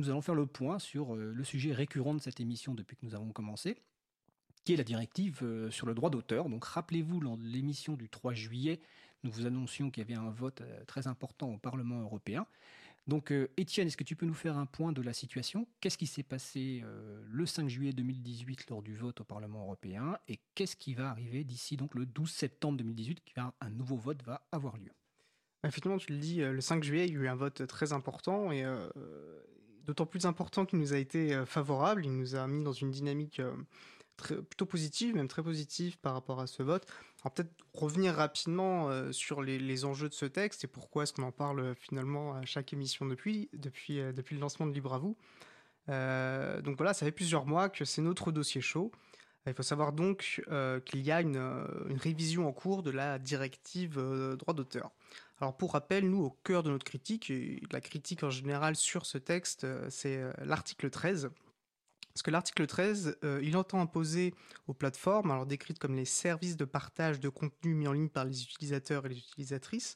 Nous allons faire le point sur le sujet récurrent de cette émission depuis que nous avons commencé, qui est la directive sur le droit d'auteur. Donc rappelez-vous, lors de l'émission du 3 juillet, nous vous annoncions qu'il y avait un vote très important au Parlement européen. Donc Étienne, est-ce que tu peux nous faire un point de la situation? Qu'est-ce qui s'est passé le 5 juillet 2018 lors du vote au Parlement européen et qu'est-ce qui va arriver d'ici donc le 12 septembre 2018, un nouveau vote va avoir lieu? Effectivement, tu le dis, le 5 juillet, il y a eu un vote très important et d'autant plus important qu'il nous a été favorable. Il nous a mis dans une dynamique plutôt positive, même très positive par rapport à ce vote. Alors peut-être revenir rapidement sur les enjeux de ce texte et pourquoi est-ce qu'on en parle finalement à chaque émission depuis le lancement de Libre à vous. Donc voilà, ça fait plusieurs mois que c'est notre dossier chaud. Il faut savoir donc qu'il y a une révision en cours de la directive droit d'auteur. Alors pour rappel, nous, au cœur de notre critique, et de la critique en général sur ce texte, c'est l'article 13. Parce que l'article 13, il entend imposer aux plateformes, alors décrites comme les services de partage de contenu mis en ligne par les utilisateurs et les utilisatrices,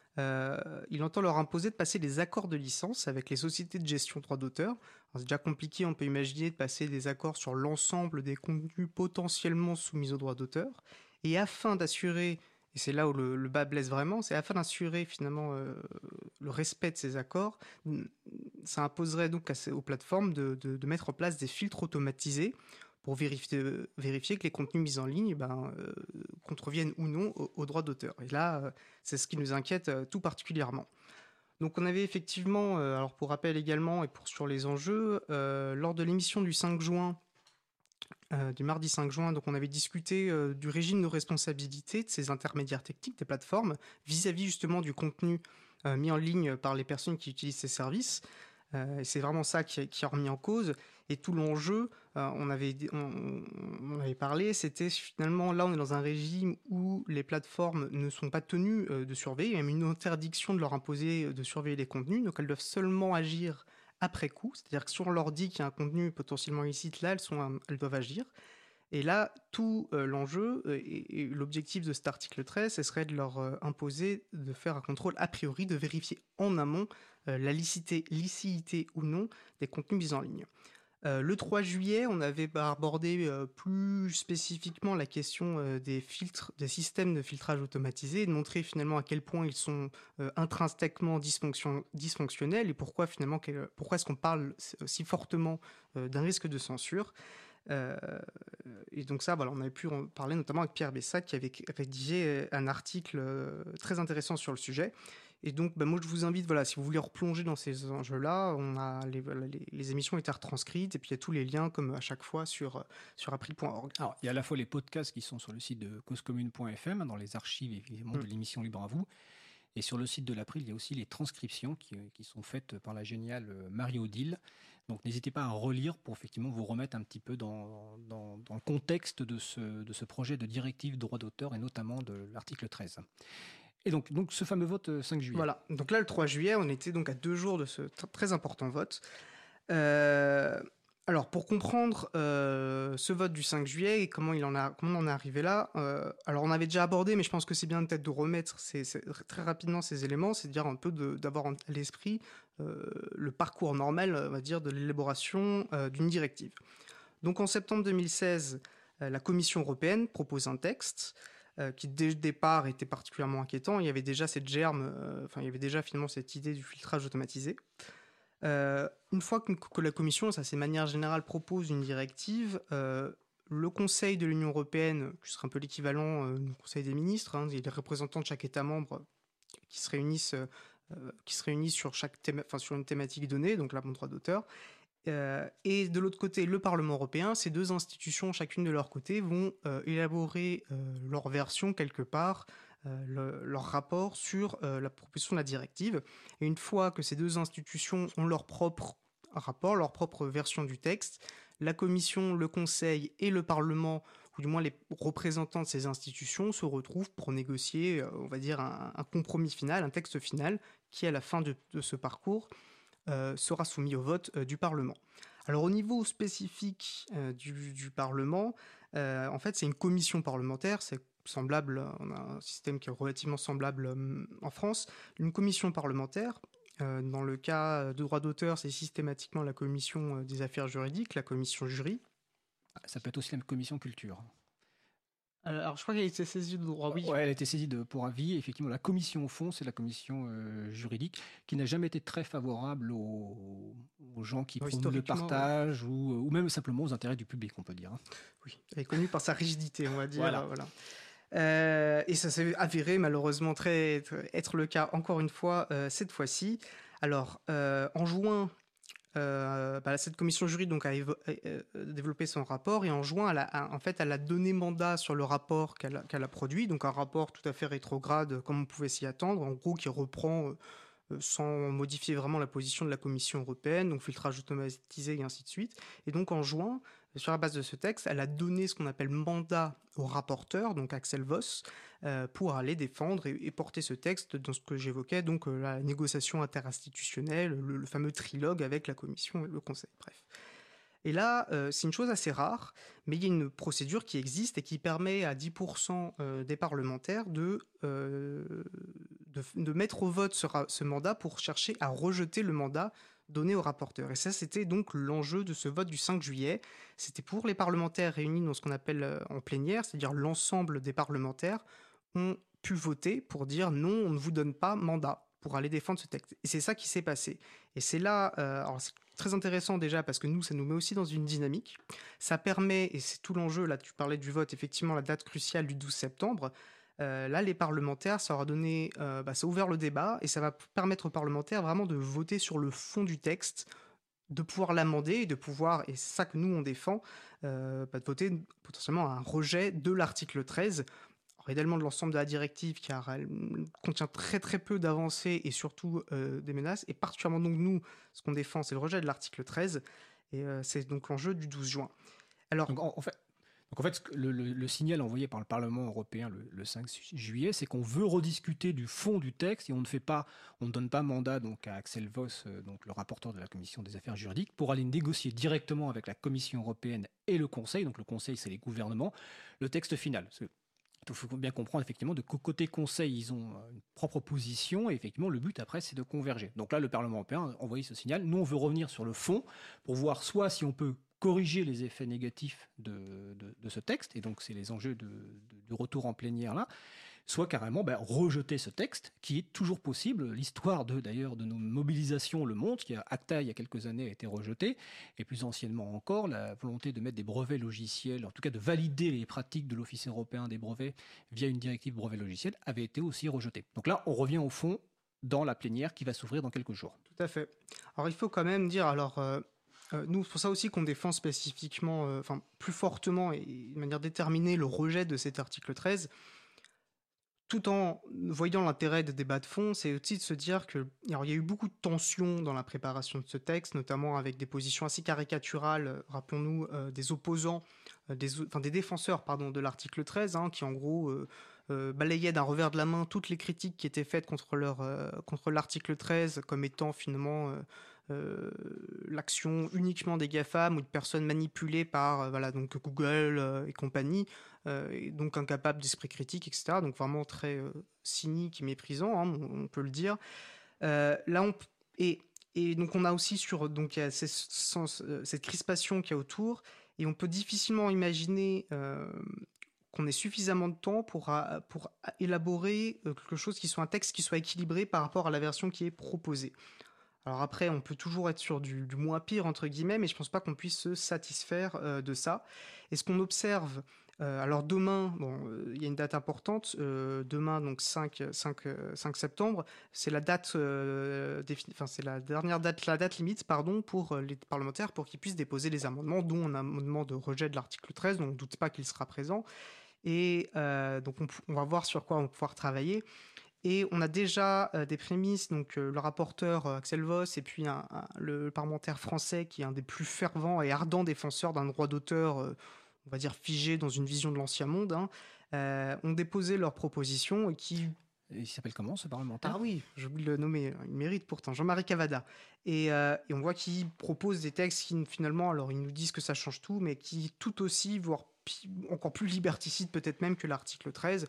il entend leur imposer de passer des accords de licence avec les sociétés de gestion droit d'auteur. C'est déjà compliqué, on peut imaginer de passer des accords sur l'ensemble des contenus potentiellement soumis au droit d'auteur. Et afin d'assurer, et c'est là où le bas blesse vraiment, c'est afin d'assurer finalement le respect de ces accords, ça imposerait donc aux plateformes de mettre en place des filtres automatisés pour vérifier que les contenus mis en ligne contreviennent ou non au droit d'auteur. Et là, c'est ce qui nous inquiète tout particulièrement. Donc on avait effectivement, alors pour rappel également et sur les enjeux, lors de l'émission du 5 juin, du mardi 5 juin, donc on avait discuté du régime de responsabilité de ces intermédiaires techniques, des plateformes, vis-à-vis justement du contenu mis en ligne par les personnes qui utilisent ces services. Et c'est vraiment ça qui est remis en cause. Et tout l'enjeu, on avait parlé, c'était finalement, là on est dans un régime où les plateformes ne sont pas tenues de surveiller, il y a même une interdiction de leur imposer de surveiller les contenus, donc elles doivent seulement agir après coup, c'est-à-dire que si on leur dit qu'il y a un contenu potentiellement illicite, là elles doivent agir. Et là, tout l'enjeu et l'objectif de cet article 13, ce serait de leur imposer de faire un contrôle a priori, de vérifier en amont la licéité ou non des contenus mis en ligne. Le 3 juillet, on avait abordé plus spécifiquement la question des filtres, des systèmes de filtrage automatisés, et de montrer finalement à quel point ils sont intrinsèquement dysfonctionnels et pourquoi est-ce qu'on parle si fortement d'un risque de censure. Et donc ça, voilà, on avait pu en parler notamment avec Pierre Bessac qui avait rédigé un article très intéressant sur le sujet. Et donc, moi, je vous invite, voilà, si vous voulez replonger dans ces enjeux-là, les émissions ont été retranscrites et puis il y a tous les liens, comme à chaque fois, sur april.org. Alors, il y a à la fois les podcasts qui sont sur le site de causecommune.fm, dans les archives évidemment de l'émission Libre à vous, et sur le site de l'April, il y a aussi les transcriptions qui sont faites par la géniale Marie-Odile. Donc n'hésitez pas à relire pour effectivement vous remettre un petit peu dans le contexte de ce projet de directive droit d'auteur et notamment de l'article 13. Et donc ce fameux vote 5 juillet. Voilà, donc là le 3 juillet, on était donc à 2 jours de ce très important vote. Alors pour comprendre ce vote du 5 juillet et comment on en est arrivé là, alors on avait déjà abordé, mais je pense que c'est bien peut-être de remettre très rapidement ces éléments, c'est-à-dire un peu d'avoir à l'esprit le parcours normal, on va dire, de l'élaboration d'une directive. Donc en septembre 2016, la Commission européenne propose un texte qui dès le départ était particulièrement inquiétant. Il y avait déjà il y avait déjà finalement cette idée du filtrage automatisé. Une fois que la Commission, ça c'est de manière générale, propose une directive, le Conseil de l'Union européenne, qui serait un peu l'équivalent du Conseil des ministres, il y a les représentants de chaque État membre qui se réunissent sur sur une thématique donnée, donc là, mon droit d'auteur. Et de l'autre côté, le Parlement européen, ces deux institutions, chacune de leur côté, vont élaborer leur version quelque part, leur rapport sur la proposition de la directive. Et une fois que ces deux institutions ont leur propre rapport, leur propre version du texte, la Commission, le Conseil et le Parlement, ou du moins les représentants de ces institutions, se retrouvent pour négocier, on va dire, un compromis final, un texte final, qui, à la fin de ce parcours, sera soumis au vote du Parlement. Alors au niveau spécifique du Parlement, en fait c'est une commission parlementaire, c'est semblable, on a un système qui est relativement semblable en France, une commission parlementaire Dans le cas de droit d'auteur, c'est systématiquement la commission des affaires juridiques, la commission jury. Ça peut être aussi la commission culture. Alors, je crois qu'elle a été saisie de droit, oui. Ouais, elle a été saisie pour avis. Effectivement, la commission au fond, c'est la commission juridique qui n'a jamais été très favorable aux gens qui promeuvent le partage ou même simplement aux intérêts du public, on peut dire. Oui, elle est connue par sa rigidité, on va dire. Voilà. Et ça s'est avéré malheureusement être le cas encore une fois cette fois-ci. Alors, en juin, cette commission juridique donc, a développé son rapport et en juin, elle a donné mandat sur le rapport qu'elle a produit, donc un rapport tout à fait rétrograde comme on pouvait s'y attendre, en gros qui reprend sans modifier vraiment la position de la Commission européenne, donc filtrage automatisé et ainsi de suite. Et donc en juin, sur la base de ce texte, elle a donné ce qu'on appelle mandat au rapporteur, donc Axel Voss, pour aller défendre et porter ce texte dans ce que j'évoquais, donc la négociation interinstitutionnelle, le fameux trilogue avec la Commission et le Conseil, bref. Et là, c'est une chose assez rare, mais il y a une procédure qui existe et qui permet à 10% des parlementaires de mettre au vote ce mandat pour chercher à rejeter le mandat donné au rapporteur. Et ça, c'était donc l'enjeu de ce vote du 5 juillet. C'était pour les parlementaires réunis dans ce qu'on appelle en plénière, c'est-à-dire l'ensemble des parlementaires ont pu voter pour dire non, on ne vous donne pas mandat pour aller défendre ce texte. Et c'est ça qui s'est passé. Et c'est là, alors c'est très intéressant déjà parce que nous, ça nous met aussi dans une dynamique. Ça permet, et c'est tout l'enjeu, là tu parlais du vote, effectivement la date cruciale du 12 septembre, là les parlementaires, ça aura donné, ça a ouvert le débat et ça va permettre aux parlementaires vraiment de voter sur le fond du texte, de pouvoir l'amender et de pouvoir, et c'est ça que nous on défend, de voter potentiellement un rejet de l'article 13, idéalement de l'ensemble de la directive car elle contient très très peu d'avancées et surtout des menaces, et particulièrement donc nous, ce qu'on défend c'est le rejet de l'article 13 et c'est donc l'enjeu du 12 juin. Alors, donc en fait, le signal envoyé par le Parlement européen le 5 juillet, c'est qu'on veut rediscuter du fond du texte et on ne donne pas mandat donc à Axel Voss, donc le rapporteur de la Commission des affaires juridiques, pour aller négocier directement avec la Commission européenne et le Conseil. Donc le Conseil, c'est les gouvernements, le texte final. Il faut bien comprendre effectivement de côté Conseil, ils ont une propre position et effectivement le but après c'est de converger. Donc là le Parlement européen a envoyé ce signal. Nous on veut revenir sur le fond pour voir soit si on peut corriger les effets négatifs de ce texte, et donc c'est les enjeux du retour en plénière là, soit carrément rejeter ce texte, qui est toujours possible. L'histoire d'ailleurs de nos mobilisations le montre, ACTA il y a quelques années a été rejeté, et plus anciennement encore, la volonté de mettre des brevets logiciels, en tout cas de valider les pratiques de l'Office européen des brevets via une directive brevet logiciel, avait été aussi rejetée. Donc là, on revient au fond dans la plénière qui va s'ouvrir dans quelques jours. Tout à fait. Alors il faut quand même dire, nous, c'est pour ça aussi qu'on défend spécifiquement, plus fortement et de manière déterminée le rejet de cet article 13, tout en voyant l'intérêt des débats de fond, c'est aussi de se dire qu'il y a eu beaucoup de tensions dans la préparation de ce texte, notamment avec des positions assez caricaturales, rappelons-nous, des opposants, des défenseurs de l'article 13, qui en gros balayaient d'un revers de la main toutes les critiques qui étaient faites contre l'article 13 comme étant finalement l'action uniquement des GAFAM ou de personnes manipulées par donc Google et compagnie, et donc incapables d'esprit critique, etc. Donc vraiment très cynique et méprisant, on peut le dire. Et donc on a aussi il y a cette crispation qu'il y a autour, et on peut difficilement imaginer qu'on ait suffisamment de temps pour élaborer quelque chose qui soit un texte qui soit équilibré par rapport à la version qui est proposée. Alors après, on peut toujours être sur du moins pire, entre guillemets, mais je pense pas qu'on puisse se satisfaire de ça. Et ce qu'on observe, alors demain, il y a une date importante, demain, donc 5 septembre, c'est la date, c'est la dernière date, la date limite, pour les parlementaires, pour qu'ils puissent déposer les amendements, dont un amendement de rejet de l'article 13, dont on ne doute pas qu'il sera présent. Et donc on va voir sur quoi on va pouvoir travailler. Et on a déjà des prémices, donc le rapporteur Axel Voss et puis le parlementaire français qui est un des plus fervents et ardents défenseurs d'un droit d'auteur, on va dire figé dans une vision de l'ancien monde, ont déposé leurs propositions et qui... Il s'appelle comment ce parlementaire ? Ah oui, j'ai oublié de le nommer, il mérite pourtant, Jean-Marie Cavada. Et on voit qu'il propose des textes qui finalement, alors ils nous disent que ça change tout, mais qui tout aussi, voire encore plus liberticides peut-être même que l'article 13,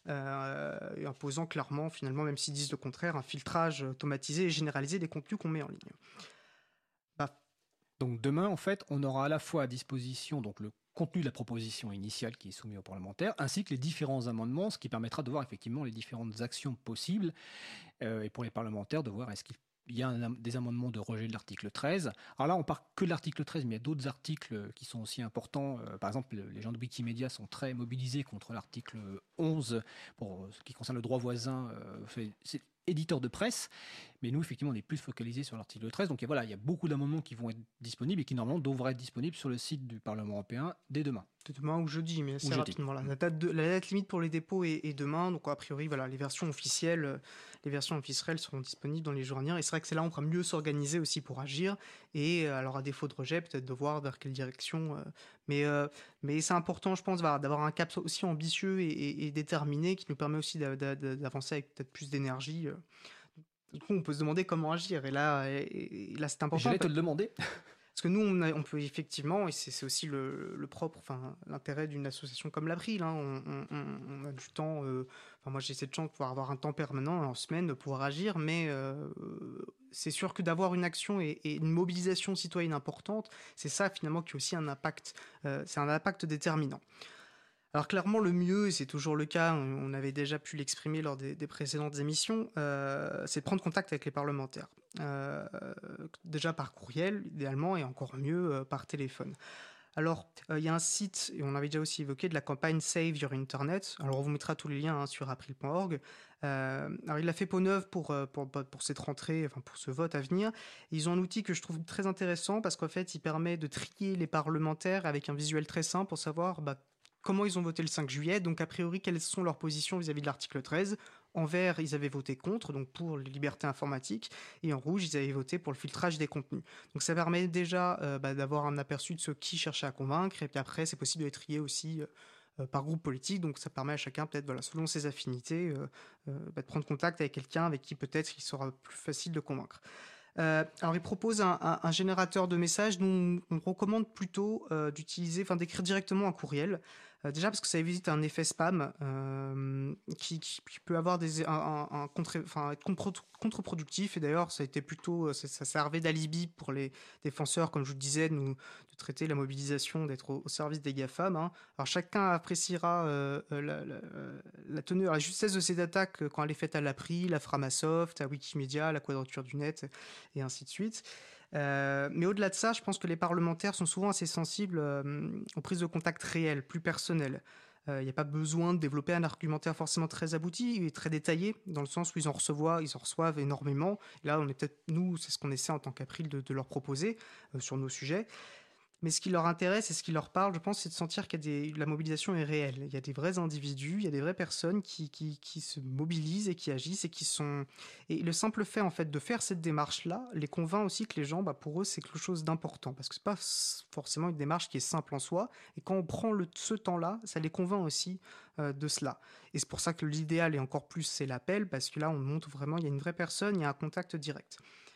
et imposant clairement, finalement, même s'ils disent le contraire, un filtrage automatisé et généralisé des contenus qu'on met en ligne. Bah, Donc demain, en fait, on aura à la fois à disposition donc, le contenu de la proposition initiale qui est soumis aux parlementaires, ainsi que les différents amendements, ce qui permettra de voir effectivement les différentes actions possibles, et pour les parlementaires de voir est-ce qu'il y a des amendements de rejet de l'article 13. Alors là, on part que de l'article 13, mais il y a d'autres articles qui sont aussi importants. Par exemple, les gens de Wikimedia sont très mobilisés contre l'article 11 pour ce qui concerne le droit voisin. C'est éditeur de presse, mais nous, effectivement, on est plus focalisé sur l'article 13. Donc voilà, il y a beaucoup d'amendements qui vont être disponibles et qui, normalement, devraient être disponibles sur le site du Parlement européen dès demain. Demain ou jeudi, mais assez rapidement. La date limite pour les dépôts est demain, donc a priori, voilà, les versions officielles seront disponibles dans les jours à venir. Et c'est vrai que c'est là où on pourra mieux s'organiser aussi pour agir. Et alors, à défaut de rejet, peut-être de voir vers quelle direction. Mais c'est important, je pense, d'avoir un cap aussi ambitieux et déterminé qui nous permet aussi d'avancer avec peut-être plus d'énergie. Du coup, on peut se demander comment agir. Et là c'est important. J'allais te le demander. Parce que nous, on peut effectivement, et c'est aussi le propre, enfin, l'intérêt d'une association comme l'April, hein, on a du temps. Moi, j'ai cette chance de pouvoir avoir un temps permanent en semaine, de pouvoir agir, mais c'est sûr que d'avoir une action et une mobilisation citoyenne importante, c'est ça finalement qui a aussi un impact. C'est un impact déterminant. Alors clairement, le mieux, et c'est toujours le cas, on avait déjà pu l'exprimer lors des précédentes émissions, c'est de prendre contact avec les parlementaires. Déjà par courriel, idéalement, et encore mieux par téléphone. Alors, il y a un site, et on avait déjà aussi évoqué, de la campagne Save Your Internet. Alors, on vous mettra tous les liens sur april.org. Alors, il l'a fait peau neuve pour cette rentrée, enfin pour ce vote à venir. Ils ont un outil que je trouve très intéressant parce qu'en fait, il permet de trier les parlementaires avec un visuel très simple pour savoir comment ils ont voté le 5 juillet, donc a priori, quelles sont leurs positions vis-à-vis de l'article 13. En vert, ils avaient voté contre, donc pour les libertés informatiques, et en rouge, ils avaient voté pour le filtrage des contenus. Donc ça permet déjà d'avoir un aperçu de ceux qui cherchaient à convaincre, et puis après, c'est possible de les trier aussi par groupe politique, donc ça permet à chacun, peut-être, selon ses affinités, de prendre contact avec quelqu'un avec qui peut-être il sera plus facile de convaincre. Alors, il propose un générateur de messages dont on recommande plutôt d'écrire directement un courriel. Déjà parce que ça évite un effet spam qui peut avoir être contre-productif. Et d'ailleurs, ça a été plutôt, ça servait d'alibi pour les défenseurs, comme je vous le disais, de traiter la mobilisation, d'être au service des GAFAM. Hein. Alors chacun appréciera la teneur, la justesse de ces attaques quand elle est faite à l'April, à Framasoft, à Wikimedia, à la Quadrature du Net, et ainsi de suite. Mais au-delà de ça, je pense que les parlementaires sont souvent assez sensibles aux prises de contact réelles, plus personnelles. Il n'y a pas besoin de développer un argumentaire forcément très abouti et très détaillé, dans le sens où ils en reçoivent énormément. Et là, c'est ce qu'on essaie en tant qu'April de leur proposer sur nos sujets. Mais ce qui leur intéresse et ce qui leur parle, je pense, c'est de sentir que la mobilisation est réelle. Il y a des vrais individus, il y a des vraies personnes qui se mobilisent et qui agissent et qui sont... Et le simple fait, en fait, de faire cette démarche-là, les convainc aussi que les gens, pour eux, c'est quelque chose d'important. Parce que c'est pas forcément une démarche qui est simple en soi. Et quand on prend ce temps-là, ça les convainc aussi de cela. Et c'est pour ça que l'idéal, et encore plus, c'est l'appel, parce que là, on montre vraiment, il y a une vraie personne, il y a un contact direct.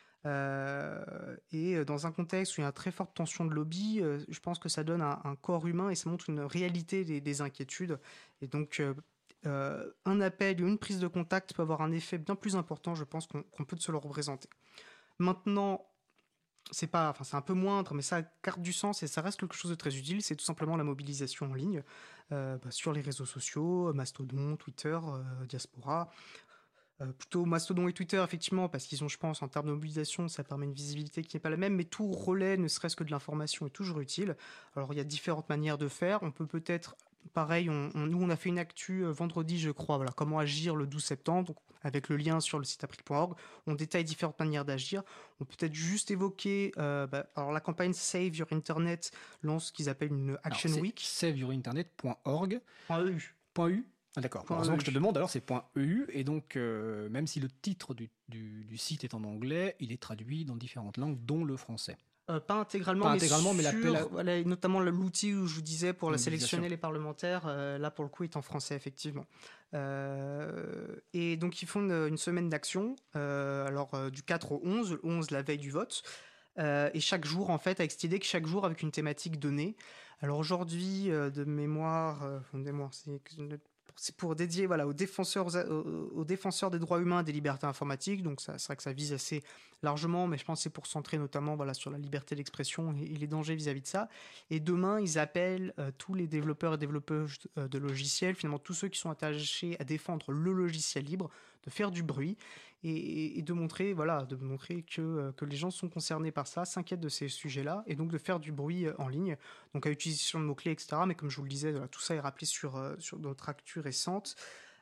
Et dans un contexte où il y a une très forte tension de lobby, je pense que ça donne un corps humain et ça montre une réalité des inquiétudes. Et donc, un appel ou une prise de contact peut avoir un effet bien plus important, je pense, qu'on peut se le représenter. Maintenant, c'est un peu moindre, mais ça garde du sens et ça reste quelque chose de très utile. C'est tout simplement la mobilisation en ligne sur les réseaux sociaux, Mastodon, Twitter, Diaspora. Plutôt Mastodon et Twitter, effectivement, parce qu'ils ont, je pense, en termes de mobilisation, ça permet une visibilité qui n'est pas la même, mais tout relais, ne serait-ce que de l'information, est toujours utile. Alors, il y a différentes manières de faire. On peut peut-être, pareil, nous, on a fait une actu vendredi, je crois, voilà, comment agir le 12 septembre, donc, avec le lien sur le site april.org. On détaille différentes manières d'agir. On peut peut-être juste évoquer, alors la campagne Save Your Internet lance ce qu'ils appellent une Action Week. saveyourinternet.org. .eu. Ah, d'accord. Heureusement que je te demande, alors c'est .eu, et donc même si le titre du site est en anglais, il est traduit dans différentes langues, dont le français. Pas intégralement, mais l'appel voilà, notamment l'outil où je vous disais pour la sélectionner les parlementaires, là pour le coup est en français effectivement. Et donc ils font une semaine d'action, du 4 au 11, le 11 la veille du vote, et chaque jour en fait avec cette idée que chaque jour avec une thématique donnée. Alors aujourd'hui de mémoire, c'est c'est pour dédier voilà, aux défenseurs des droits humains et des libertés informatiques. Donc c'est vrai que ça vise assez largement, mais je pense que c'est pour centrer notamment voilà, sur la liberté d'expression et les dangers vis-à-vis de ça. Et demain, ils appellent tous les développeurs et développeuses de logiciels, finalement tous ceux qui sont attachés à défendre le logiciel libre, de faire du bruit et de montrer, voilà, que les gens sont concernés par ça, s'inquiètent de ces sujets-là, et donc de faire du bruit en ligne, donc à utilisation de mots-clés, etc. Mais comme je vous le disais, voilà, tout ça est rappelé sur notre actu récente.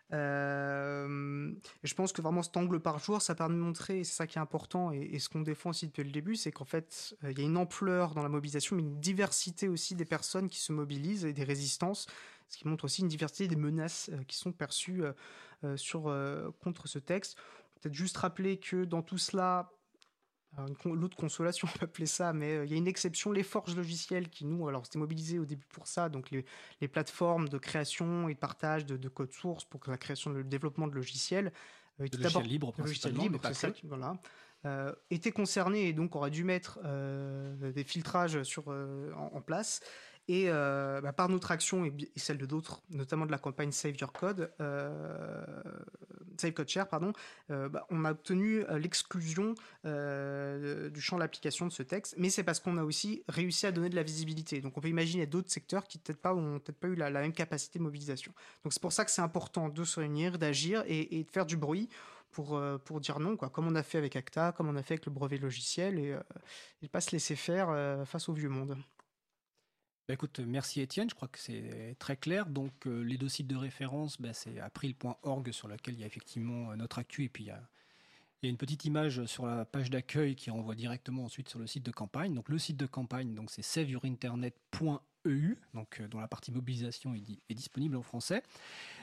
Et je pense que vraiment cet angle par jour, ça permet de montrer, et c'est ça qui est important, et ce qu'on défend aussi depuis le début, c'est qu'en fait, il y a une ampleur dans la mobilisation, mais une diversité aussi des personnes qui se mobilisent et des résistances, ce qui montre aussi une diversité des menaces qui sont perçues contre ce texte. Peut-être juste rappeler que dans tout cela, l'autre consolation, on peut appeler ça, mais il y a une exception, les forges logicielles qui, nous, alors c'était mobilisé au début pour ça, donc les plateformes de création et de partage de code source pour la création, le développement de logiciels. De logiciels libres principalement, mais pas que. Voilà. Étaient concernés et donc aurait dû mettre des filtrages en place. Et par notre action et celle de d'autres, notamment de la campagne Save Your Code, Save Code Share, pardon, on a obtenu l'exclusion du champ d'application de ce texte, mais c'est parce qu'on a aussi réussi à donner de la visibilité. Donc on peut imaginer d'autres secteurs qui n'ont peut-être pas eu la même capacité de mobilisation. Donc c'est pour ça que c'est important de se réunir, d'agir et de faire du bruit pour dire non, quoi, comme on a fait avec Acta, comme on a fait avec le brevet logiciel, et ne pas se laisser faire face au vieux monde. Bah écoute, merci Étienne, je crois que c'est très clair. Donc les deux sites de référence, c'est april.org sur lequel il y a effectivement notre actu, et puis il y a une petite image sur la page d'accueil qui renvoie directement ensuite sur le site de campagne. Donc le site de campagne, donc c'est saveyourinternet.eu, donc dont la partie mobilisation est disponible en français.